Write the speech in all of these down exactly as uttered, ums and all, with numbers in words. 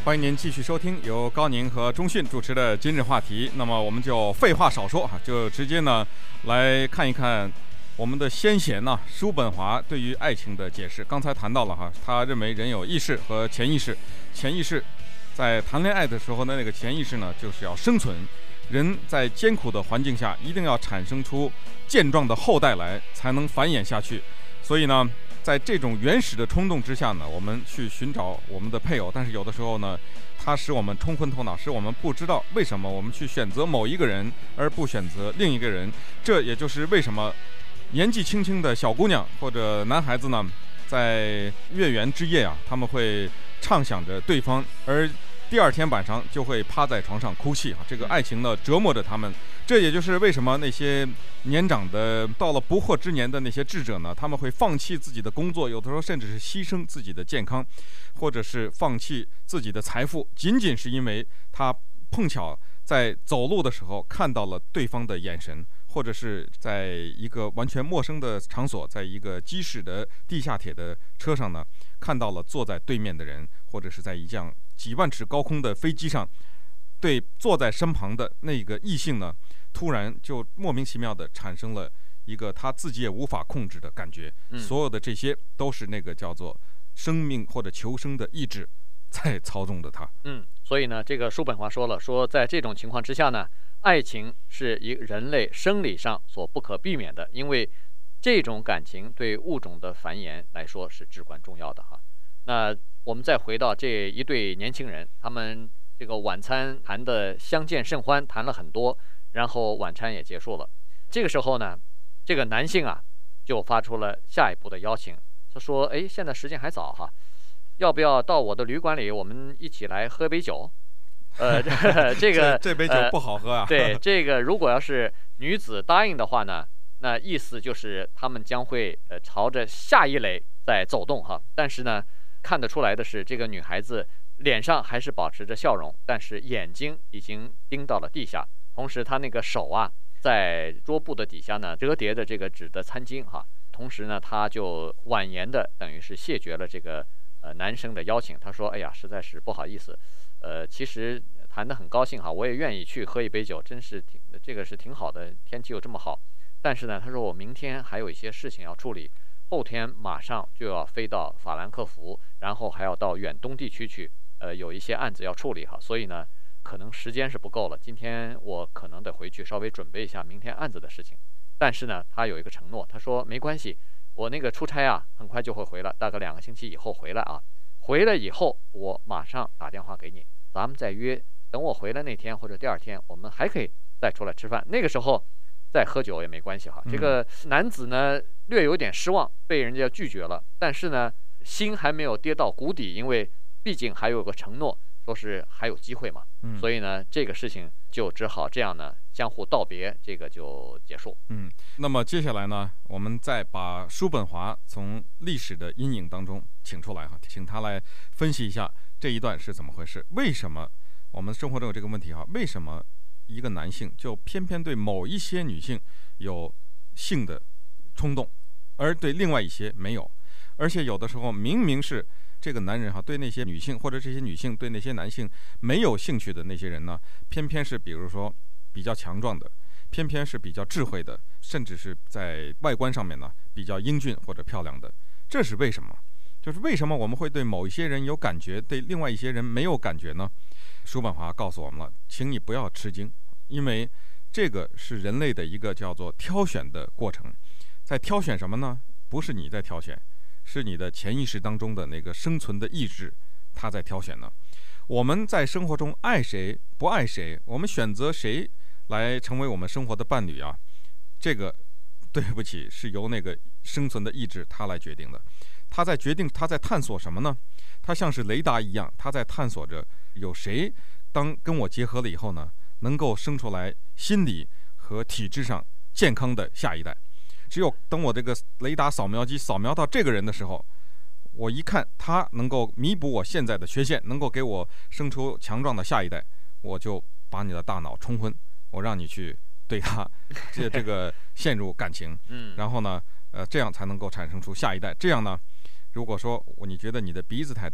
欢迎您继续收听由高宁和钟迅主持的今日话题。那么我们就废话少说哈，就直接呢来看一看我们的先贤呢叔本华对于爱情的解释。刚才谈到了哈，他认为人有意识和潜意识，潜意识在谈恋爱的时候呢，那个潜意识呢就是要生存，人在艰苦的环境下一定要产生出健壮的后代来，才能繁衍下去。所以呢，在这种原始的冲动之下呢，我们去寻找我们的配偶，但是有的时候呢，它使我们冲昏头脑，使我们不知道为什么我们去选择某一个人而不选择另一个人。这也就是为什么年纪轻轻的小姑娘或者男孩子呢，在月圆之夜啊，他们会畅想着对方，而第二天晚上就会趴在床上哭泣啊。这个爱情呢折磨着他们。这也就是为什么那些年长的到了不惑之年的那些智者呢，他们会放弃自己的工作，有的时候甚至是牺牲自己的健康，或者是放弃自己的财富，仅仅是因为他碰巧在走路的时候看到了对方的眼神，或者是在一个完全陌生的场所，在一个机驶的地下铁的车上呢，看到了坐在对面的人，或者是在一架几万尺高空的飞机上，对坐在身旁的那个异性呢，突然就莫名其妙的产生了一个他自己也无法控制的感觉。 嗯、 所有的这些都是那个叫做生命或者求生的意志在操纵着他。 嗯，所以呢，这个叔本华说了，说在这种情况之下呢，爱情是一人类生理上所不可避免的，因为这种感情对物种的繁衍来说是至关重要的哈。那我们再回到这一对年轻人，他们这个晚餐谈得相见甚欢，谈了很多，然后晚餐也结束了。这个时候呢，这个男性啊就发出了下一步的邀请，他说：“哎，现在时间还早哈，要不要到我的旅馆里，我们一起来喝杯酒？”呃，这个这, 这杯酒不好喝啊。 呃、对，这个如果要是女子答应的话呢，那意思就是他们将会呃朝着下一垒在走动哈。但是呢，看得出来的是，这个女孩子脸上还是保持着笑容，但是眼睛已经盯到了地下，同时她那个手啊，在桌布的底下呢折叠着这个纸的餐巾哈。同时呢，她就婉言的等于是谢绝了这个呃男生的邀请。她说：“哎呀，实在是不好意思，呃，其实谈得很高兴哈，我也愿意去喝一杯酒，真是挺这个是挺好的，天气又这么好。但是呢，她说我明天还有一些事情要处理。”后天马上就要飞到法兰克福，然后还要到远东地区去，呃，有一些案子要处理哈，所以呢，可能时间是不够了。今天我可能得回去稍微准备一下明天案子的事情。但是呢，他有一个承诺，他说没关系，我那个出差啊，很快就会回来，大概两个星期以后回来啊。回来以后，我马上打电话给你，咱们再约。等我回来那天或者第二天，我们还可以再出来吃饭。那个时候再喝酒也没关系哈。这个男子呢，略有点失望，被人家拒绝了，但是呢，心还没有跌到谷底，因为毕竟还有个承诺，说是还有机会嘛。 嗯、 所以呢，这个事情就只好这样呢，相互道别，这个就结束。 嗯，那么接下来呢，我们再把叔本华从历史的阴影当中请出来哈，请他来分析一下这一段是怎么回事，为什么我们生活中有这个问题哈？为什么一个男性就偏偏对某一些女性有性的冲动，而对另外一些没有？而且有的时候明明是这个男人哈对那些女性，或者这些女性对那些男性没有兴趣的那些人呢，偏偏是比如说比较强壮的，偏偏是比较智慧的，甚至是在外观上面呢比较英俊或者漂亮的。这是为什么？就是为什么我们会对某一些人有感觉，对另外一些人没有感觉呢？叔本华告诉我们了，请你不要吃惊，因为这个是人类的一个叫做挑选的过程。在挑选什么呢？不是你在挑选，是你的潜意识当中的那个生存的意志，它在挑选呢。我们在生活中爱谁不爱谁，我们选择谁来成为我们生活的伴侣啊，这个对不起，是由那个生存的意志它来决定的。他在决定，他在探索什么呢？他像是雷达一样，他在探索着有谁当跟我结合了以后呢，能够生出来心理和体质上健康的下一代。只有等我这个雷达扫描机扫描到这个人的时候，我一看他能够弥补我现在的缺陷，能够给我生出强壮的下一代，我就把你的大脑冲昏，我让你去对他这这个陷入感情，然后呢，呃，这样才能够产生出下一代。这样呢，如果说你觉得你的鼻子太大，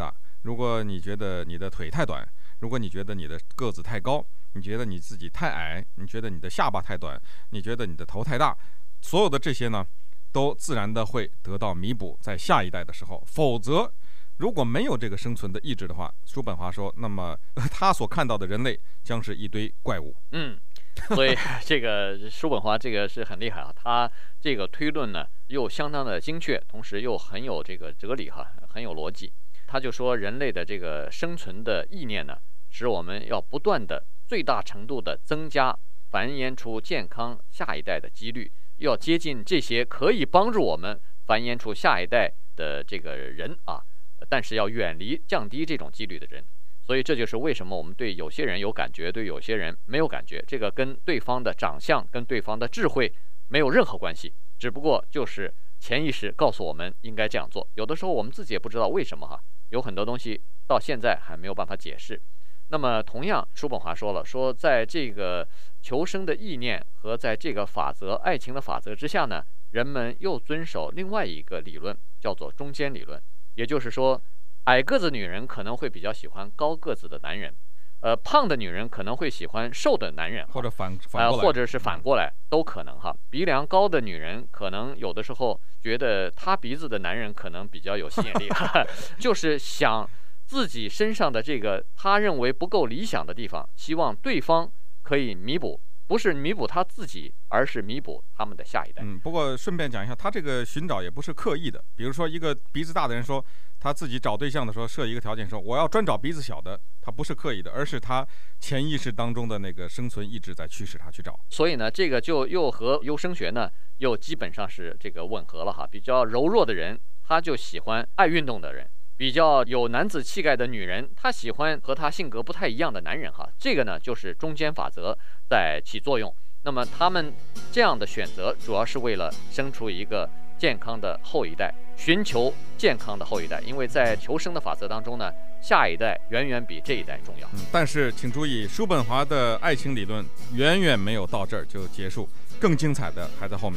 如果你觉得你的腿太短，如果你觉得你的个子太高，你觉得你自己太矮，你觉得你的下巴太短，你觉得你的头太大，所有的这些呢，都自然的会得到弥补，在下一代的时候。否则，如果没有这个生存的意志的话，叔本华说，那么他所看到的人类将是一堆怪物。 嗯，所以这个叔本华这个是很厉害啊，他这个推论呢又相当的精确，同时又很有这个哲理哈，很有逻辑。他就说，人类的这个生存的意念呢，使我们要不断的最大程度的增加繁衍出健康下一代的几率，要接近这些可以帮助我们繁衍出下一代的这个人啊，但是要远离降低这种几率的人。所以这就是为什么我们对有些人有感觉，对有些人没有感觉，这个跟对方的长相跟对方的智慧没有任何关系，只不过就是潜意识告诉我们应该这样做。有的时候我们自己也不知道为什么哈，有很多东西到现在还没有办法解释。那么同样，叔本华说了，说在这个求生的意念和在这个法则爱情的法则之下呢，人们又遵守另外一个理论，叫做中间理论。也就是说，矮个子女人可能会比较喜欢高个子的男人，呃，胖的女人可能会喜欢瘦的男人， 或者反反过来、 呃，或者是反过来都可能哈。鼻梁高的女人可能有的时候觉得她鼻子的男人可能比较有吸引力，就是想自己身上的这个他认为不够理想的地方，希望对方可以弥补，不是弥补他自己，而是弥补他们的下一代。 嗯，不过顺便讲一下，他这个寻找也不是刻意的。比如说，一个鼻子大的人说，他自己找对象的时候设一个条件说，我要专找鼻子小的，他不是刻意的，而是他潜意识当中的那个生存意志在驱使他去找。 所以呢，这个就又和优生学呢又基本上是这个吻合了哈。比较柔弱的人，他就喜欢爱运动的人。比较有男子气概的女人，她喜欢和她性格不太一样的男人哈，这个呢就是中间法则在起作用。那么他们这样的选择，主要是为了生出一个健康的后一代，寻求健康的后一代。因为在求生的法则当中呢，下一代远远比这一代重要。 嗯，但是请注意，叔本华的爱情理论远远没有到这儿就结束，更精彩的还在后面。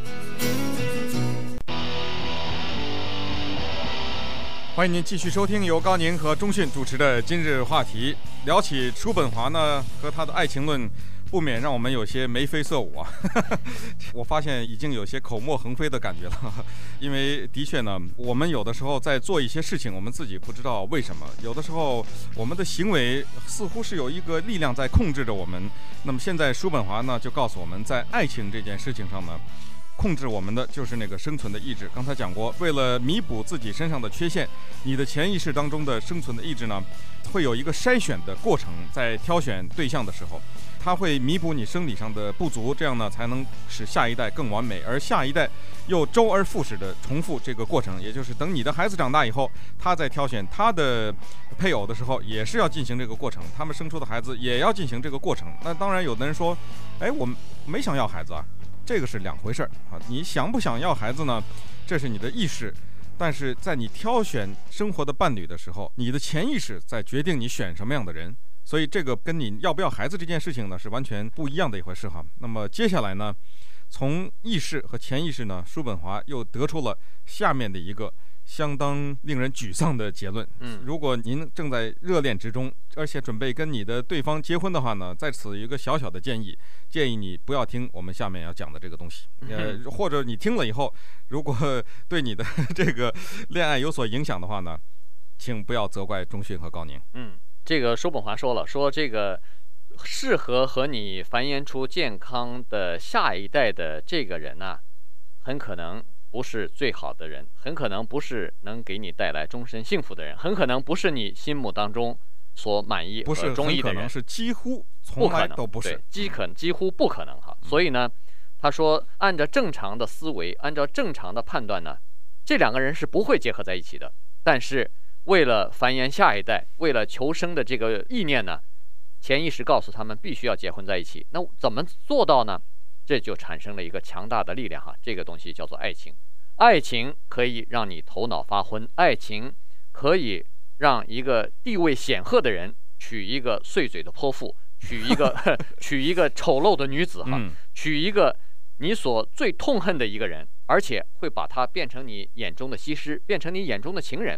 欢迎您继续收听由高宁和钟迅主持的今日话题。聊起叔本华呢和他的爱情论，不免让我们有些眉飞色舞啊。我发现已经有些口沫横飞的感觉了，因为的确呢，我们有的时候在做一些事情，我们自己不知道为什么，有的时候我们的行为似乎是有一个力量在控制着我们。那么现在叔本华呢就告诉我们，在爱情这件事情上呢，控制我们的就是那个生存的意志。刚才讲过，为了弥补自己身上的缺陷，你的潜意识当中的生存的意志呢，会有一个筛选的过程，在挑选对象的时候，它会弥补你生理上的不足，这样呢才能使下一代更完美，而下一代又周而复始的重复这个过程。也就是等你的孩子长大以后，他在挑选他的配偶的时候，也是要进行这个过程，他们生出的孩子也要进行这个过程。那当然，有的人说，哎，我没想要孩子啊。这个是两回事儿啊！你想不想要孩子呢？这是你的意识，但是在你挑选生活的伴侣的时候，你的潜意识在决定你选什么样的人。所以这个跟你要不要孩子这件事情呢，是完全不一样的一回事哈。那么接下来呢，从意识和潜意识呢，叔本华又得出了下面的一个相当令人沮丧的结论。 嗯， 如果您正在热恋之中，而且准备跟你的对方结婚的话呢，在此有一个小小的建议，建议你不要听我们下面要讲的这个东西。呃，或者你听了以后，如果对你的这个恋爱有所影响的话呢，请不要责怪钟迅和高宁。 嗯，这个叔本华说了，说这个适合和你繁衍出健康的下一代的这个人呢、啊，很可能不是最好的人，很可能不是能给你带来终身幸福的人，很可能不是你心目当中所满意和中意的人， 不是很可能，是几乎从来都不是， 几可几乎不可能哈。所以呢，他说按照正常的思维，按照正常的判断呢，这两个人是不会结合在一起的。但是为了繁衍下一代，为了求生的这个意念呢，潜意识告诉他们必须要结婚在一起。那怎么做到呢？这就产生了一个强大的力量哈，这个东西叫做爱情。爱情可以让你头脑发昏，爱情可以让一个地位显赫的人娶一个碎嘴的泼妇，娶一个娶一个丑陋的女子哈， 嗯、 娶一个你所最痛恨的一个人，而且会把他变成你眼中的西施，变成你眼中的情人。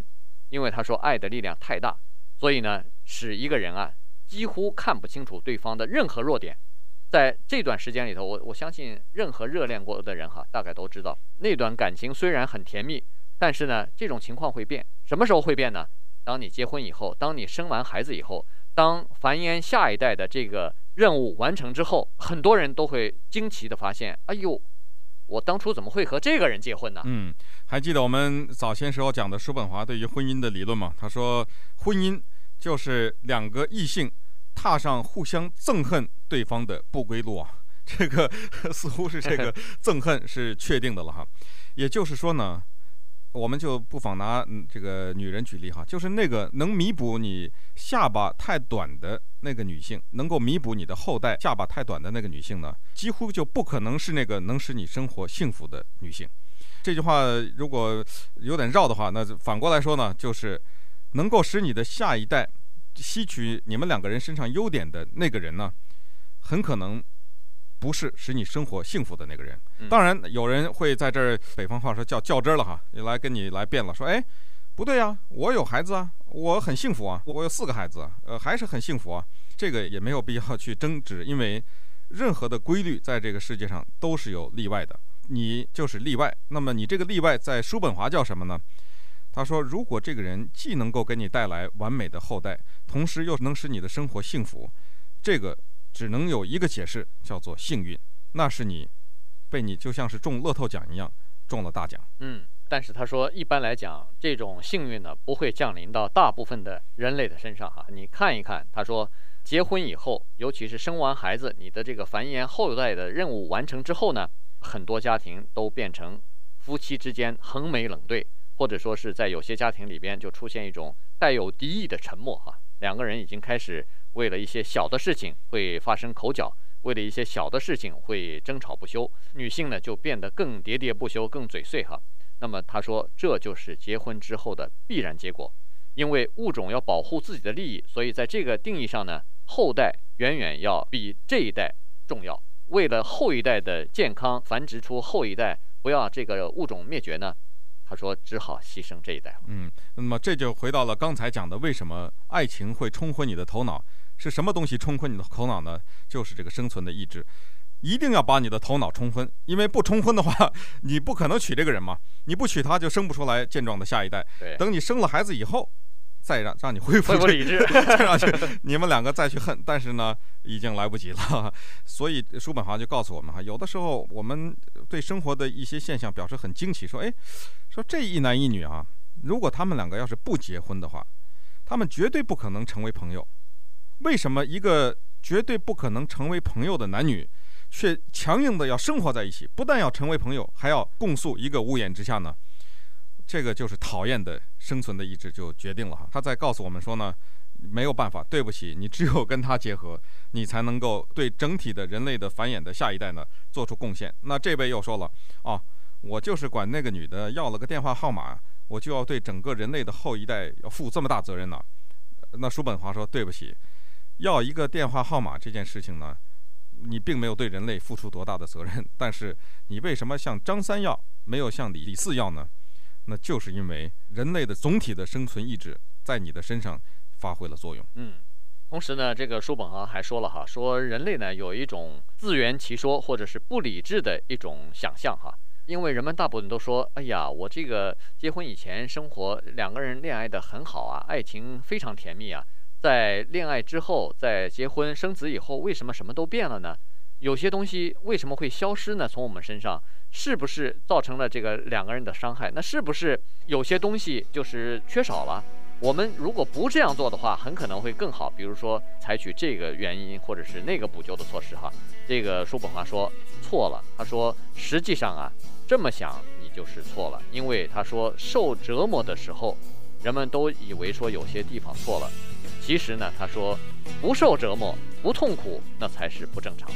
因为他说爱的力量太大，所以呢，使一个人啊几乎看不清楚对方的任何弱点。在这段时间里头，我我相信任何热恋过的人哈，大概都知道，那段感情虽然很甜蜜，但是呢，这种情况会变。什么时候会变呢？当你结婚以后，当你生完孩子以后，当繁衍下一代的这个任务完成之后，很多人都会惊奇地发现，哎呦，我当初怎么会和这个人结婚呢？ 嗯，还记得我们早先时候讲的叔本华对于婚姻的理论吗？他说，婚姻就是两个异性踏上互相憎恨对方的不归路啊。这个似乎是这个憎恨是确定的了哈。也就是说呢，我们就不妨拿这个女人举例哈，就是那个能弥补你下巴太短的那个女性，能够弥补你的后代下巴太短的那个女性呢，几乎就不可能是那个能使你生活幸福的女性。这句话如果有点绕的话，那反过来说呢，就是能够使你的下一代吸取你们两个人身上优点的那个人呢，很可能不是使你生活幸福的那个人。当然有人会在这儿，北方话说叫较真了哈，来跟你来辩了，说哎，不对啊，我有孩子啊，我很幸福啊，我有四个孩子啊，呃，还是很幸福啊。这个也没有必要去争执，因为任何的规律在这个世界上都是有例外的，你就是例外。那么你这个例外在叔本华叫什么呢？他说，如果这个人既能够给你带来完美的后代，同时又能使你的生活幸福，这个只能有一个解释，叫做幸运。那是你被你就像是中乐透奖一样中了大奖。 嗯，但是他说，一般来讲，这种幸运呢不会降临到大部分的人类的身上哈。你看一看，他说，结婚以后，尤其是生完孩子，你的这个繁衍后代的任务完成之后呢，很多家庭都变成夫妻之间横眉冷对，或者说是在有些家庭里边就出现一种带有敌意的沉默哈。两个人已经开始为了一些小的事情会发生口角，为了一些小的事情会争吵不休，女性呢就变得更喋喋不休，更嘴碎哈。那么他说，这就是结婚之后的必然结果，因为物种要保护自己的利益，所以在这个定义上呢，后代远远要比这一代重要。为了后一代的健康，繁殖出后一代，不要这个物种灭绝呢，他说只好牺牲这一代了。 嗯，那么这就回到了刚才讲的，为什么爱情会冲昏你的头脑？是什么东西冲昏你的头脑呢？就是这个生存的意志。一定要把你的头脑冲昏，因为不冲昏的话，你不可能娶这个人嘛。你不娶他，就生不出来健壮的下一代。等你生了孩子以后，再让让你恢复恢复理智， 再让你们两个再去恨，但是呢，已经来不及了。所以叔本华就告诉我们哈，有的时候我们对生活的一些现象表示很惊奇，说哎，说这一男一女啊，如果他们两个要是不结婚的话，他们绝对不可能成为朋友。为什么一个绝对不可能成为朋友的男女，却强硬的要生活在一起，不但要成为朋友，还要共宿一个屋檐之下呢？这个就是讨厌的生存的意志就决定了哈。他在告诉我们说呢，没有办法，对不起，你只有跟他结合，你才能够对整体的人类的繁衍的下一代呢做出贡献。那这位又说了，哦，我就是管那个女的要了个电话号码，我就要对整个人类的后一代要负这么大责任呢？那叔本华说，对不起，要一个电话号码这件事情呢，你并没有对人类付出多大的责任，但是你为什么向张三要，没有向李李四要呢？那就是因为人类的总体的生存意志在你的身上发挥了作用。 嗯，同时呢，这个叔本华还说了哈，说人类呢有一种自圆其说或者是不理智的一种想象哈，因为人们大部分都说，哎呀，我这个结婚以前生活两个人恋爱的很好啊，爱情非常甜蜜啊，在恋爱之后，在结婚生子以后，为什么什么都变了呢？有些东西为什么会消失呢？从我们身上，是不是造成了这个两个人的伤害？那是不是有些东西就是缺少了？我们如果不这样做的话，很可能会更好。比如说，采取这个原因或者是那个补救的措施哈。这个叔本华说错了，他说实际上啊，这么想你就是错了，因为他说受折磨的时候，人们都以为说有些地方错了。其实呢，他说不受折磨不痛苦，那才是不正常。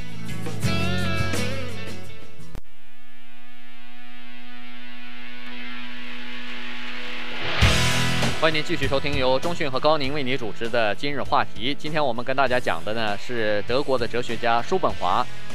欢迎您继续收听由钟迅和高宁为你主持的今日话题。今天我们跟大家讲的呢是德国的哲学家叔本华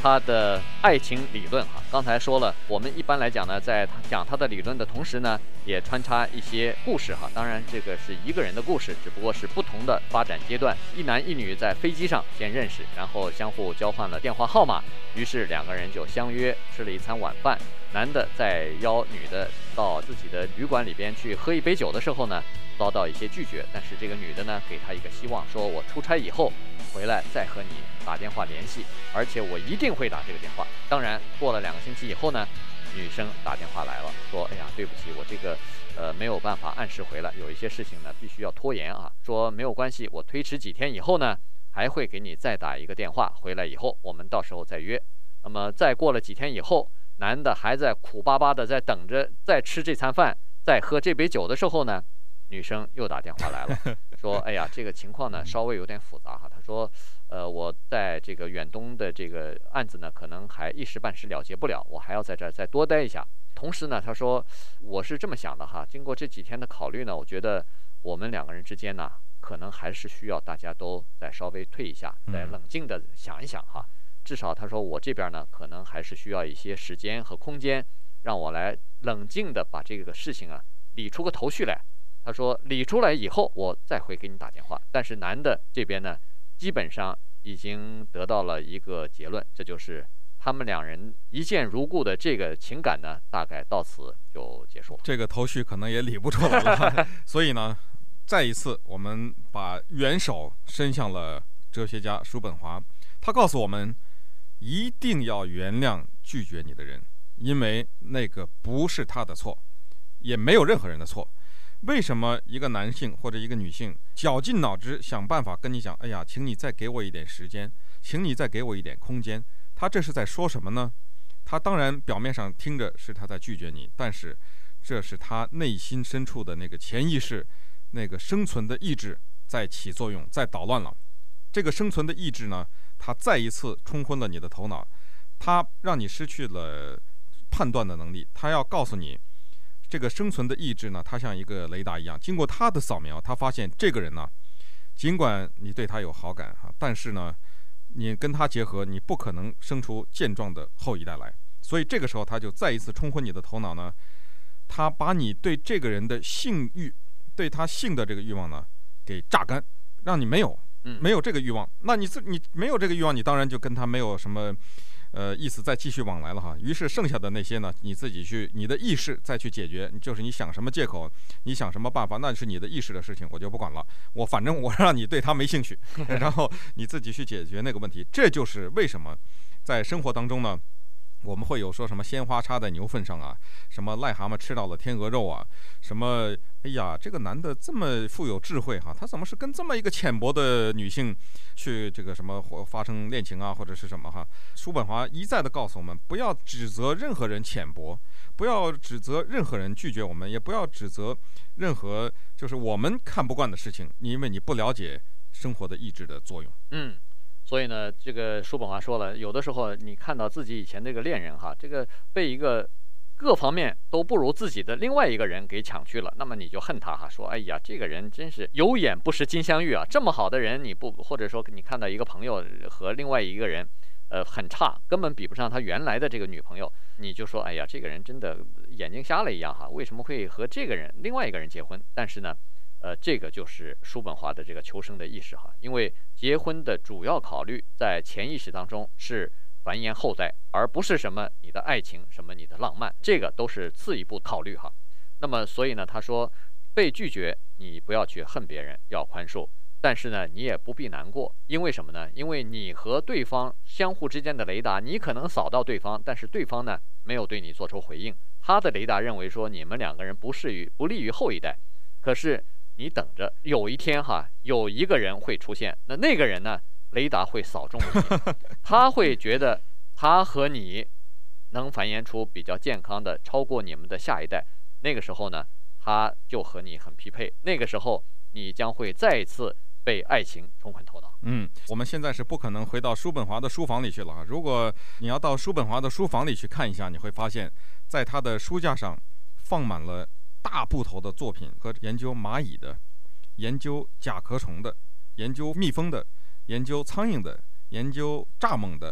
他的爱情理论哈。刚才说了，我们一般来讲呢，在讲他的理论的同时呢，也穿插一些故事哈。当然，这个是一个人的故事，只不过是不同的发展阶段。一男一女在飞机上先认识，然后相互交换了电话号码，于是两个人就相约吃了一餐晚饭。男的在邀女的到自己的旅馆里边去喝一杯酒的时候呢，遭到一些拒绝，但是这个女的呢，给他一个希望，说我出差以后回来再和你打电话联系，而且我一定会打这个电话。当然，过了两个星期以后呢，女生打电话来了，说，哎呀，对不起，我这个呃没有办法按时回来，有一些事情呢必须要拖延啊。说没有关系，我推迟几天以后呢，还会给你再打一个电话，回来以后我们到时候再约。那么再过了几天以后，男的还在苦巴巴的在等着再吃这餐饭，再喝这杯酒的时候呢，女生又打电话来了，说，哎呀，这个情况呢稍微有点复杂哈。她说，呃，我在这个远东的这个案子呢，可能还一时半时了结不了，我还要在这儿再多待一下。同时呢，她说，我是这么想的哈，经过这几天的考虑呢，我觉得我们两个人之间呢，可能还是需要大家都再稍微退一下，再冷静的想一想哈。至少他说我这边呢，可能还是需要一些时间和空间，让我来冷静的把这个事情啊理出个头绪来。他说理出来以后，我再会给你打电话。但是男的这边呢，基本上已经得到了一个结论，这就是他们两人一见如故的这个情感呢，大概到此就结束了。 这个头绪可能也理不出来了。所以呢，再一次我们把援手伸向了哲学家叔本华，他告诉我们，一定要原谅拒绝你的人，因为那个不是他的错，也没有任何人的错。为什么一个男性或者一个女性绞尽脑汁想办法跟你讲，哎呀，请你再给我一点时间，请你再给我一点空间，他这是在说什么呢？他当然表面上听着是他在拒绝你，但是这是他内心深处的那个潜意识，那个生存的意志在起作用，在捣乱了。这个生存的意志呢，它再一次冲昏了你的头脑，它让你失去了判断的能力。它要告诉你，这个生存的意志呢，它像一个雷达一样，经过它的扫描，它发现这个人呢，尽管你对他有好感哈，但是呢，你跟他结合，你不可能生出健壮的后一代来。所以这个时候，他就再一次冲昏你的头脑呢，他把你对这个人的性欲，对他性的这个欲望呢，给榨干，让你没有。没有这个欲望，那你自你没有这个欲望，你当然就跟他没有什么，呃，意思再继续往来了哈。于是剩下的那些呢，你自己去，你的意识再去解决，就是你想什么借口，你想什么办法，那是你的意识的事情，我就不管了。我反正我让你对他没兴趣，然后你自己去解决那个问题。这就是为什么在生活当中呢，我们会有说什么鲜花插在牛粪上啊，什么癞蛤蟆吃到了天鹅肉啊，什么哎呀，这个男的这么富有智慧哈，他怎么是跟这么一个浅薄的女性去这个什么发生恋情啊，或者是什么哈？叔本华一再的告诉我们，不要指责任何人浅薄，不要指责任何人拒绝我们，也不要指责任何就是我们看不惯的事情，因为你不了解生活的意志的作用。 嗯。所以呢，这个叔本华说了，有的时候你看到自己以前这个恋人哈，这个被一个各方面都不如自己的另外一个人给抢去了，那么你就恨他哈，说哎呀，这个人真是有眼不识金镶玉啊，这么好的人你不，或者说你看到一个朋友和另外一个人，呃，很差，根本比不上他原来的这个女朋友，你就说哎呀，这个人真的眼睛瞎了一样哈，为什么会和这个人另外一个人结婚？但是呢，呃，这个就是叔本华的这个求生的意识哈，因为结婚的主要考虑在潜意识当中是繁衍后代，而不是什么你的爱情，什么你的浪漫，这个都是次一步考虑哈。那么所以呢，他说被拒绝，你不要去恨别人，要宽恕，但是呢，你也不必难过，因为什么呢？因为你和对方相互之间的雷达，你可能扫到对方，但是对方呢没有对你做出回应，他的雷达认为说你们两个人不适于不利于后一代，可是你等着，有一天哈，有一个人会出现，那那个人呢，雷达会扫中你，他会觉得他和你能繁衍出比较健康的，超过你们的下一代，那个时候呢，他就和你很匹配，那个时候你将会再一次被爱情冲昏头脑。 嗯，我们现在是不可能回到叔本华的书房里去了。如果你要到叔本华的书房里去看一下，你会发现在他的书架上放满了大部头的作品，和研究蚂蚁的，研究甲壳虫的，研究蜜蜂的，研究苍蝇的，研究蚱蜢的，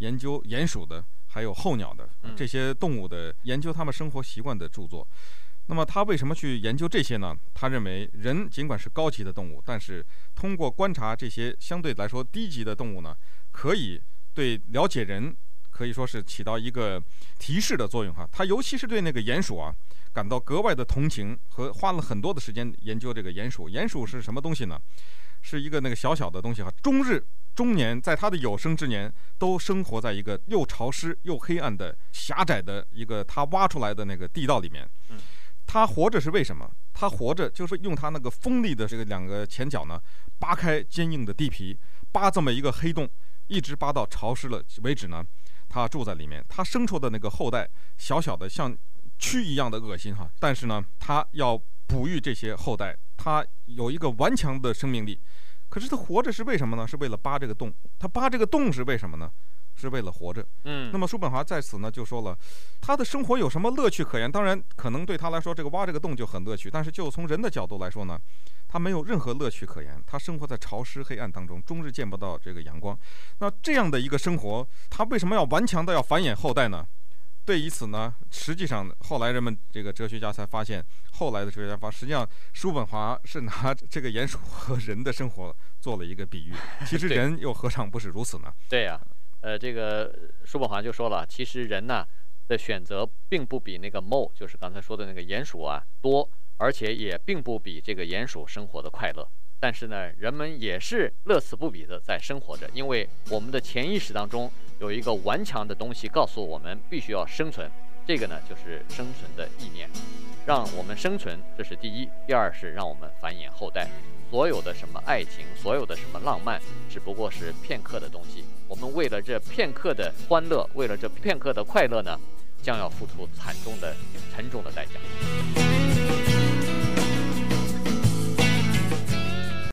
研究鼹鼠的，还有候鸟的这些动物的研究，它们生活习惯的著作。那么他为什么去研究这些呢？他认为人尽管是高级的动物，但是通过观察这些相对来说低级的动物呢，可以对了解人可以说是起到一个提示的作用哈。他尤其是对那个鼹鼠啊感到格外的同情，和花了很多的时间研究这个鼹鼠。鼹鼠是什么东西呢？是一个那个小小的东西哈，终日终年在他的有生之年都生活在一个又潮湿又黑暗的狭窄的一个他挖出来的那个地道里面。 嗯， 他活着是为什么？他活着就是用他那个锋利的这个两个前脚呢，扒开坚硬的地皮，扒这么一个黑洞，一直扒到潮湿了为止呢。他住在里面，他生出的那个后代小小的像蛆一样的恶心哈，但是呢，他要哺育这些后代，他有一个顽强的生命力。可是他活着是为什么呢？是为了扒这个洞。他扒这个洞是为什么呢？是为了活着。 嗯， 那么叔本华在此呢就说了，他的生活有什么乐趣可言？当然，可能对他来说，这个挖这个洞就很乐趣，但是就从人的角度来说呢，他没有任何乐趣可言。他生活在潮湿黑暗当中，终日见不到这个阳光。那这样的一个生活，他为什么要顽强的要繁衍后代呢？对于此呢，实际上后来人们这个哲学家才发现，后来的哲学家发现，实际上叔本华是拿这个鼹鼠和人的生活做了一个比喻。其实人又何尝不是如此呢？ 对呀、啊，呃，这个叔本华就说了，其实人呢的选择并不比那个 mole， 就是刚才说的那个鼹鼠啊多，而且也并不比这个鼹鼠生活的快乐。但是呢，人们也是乐此不疲的在生活着，因为我们的潜意识当中有一个顽强的东西告诉我们必须要生存，这个呢就是生存的意念，让我们生存，这是第一。第二是让我们繁衍后代。所有的什么爱情，所有的什么浪漫，只不过是片刻的东西。我们为了这片刻的欢乐，为了这片刻的快乐呢，将要付出惨重的、沉重的代价。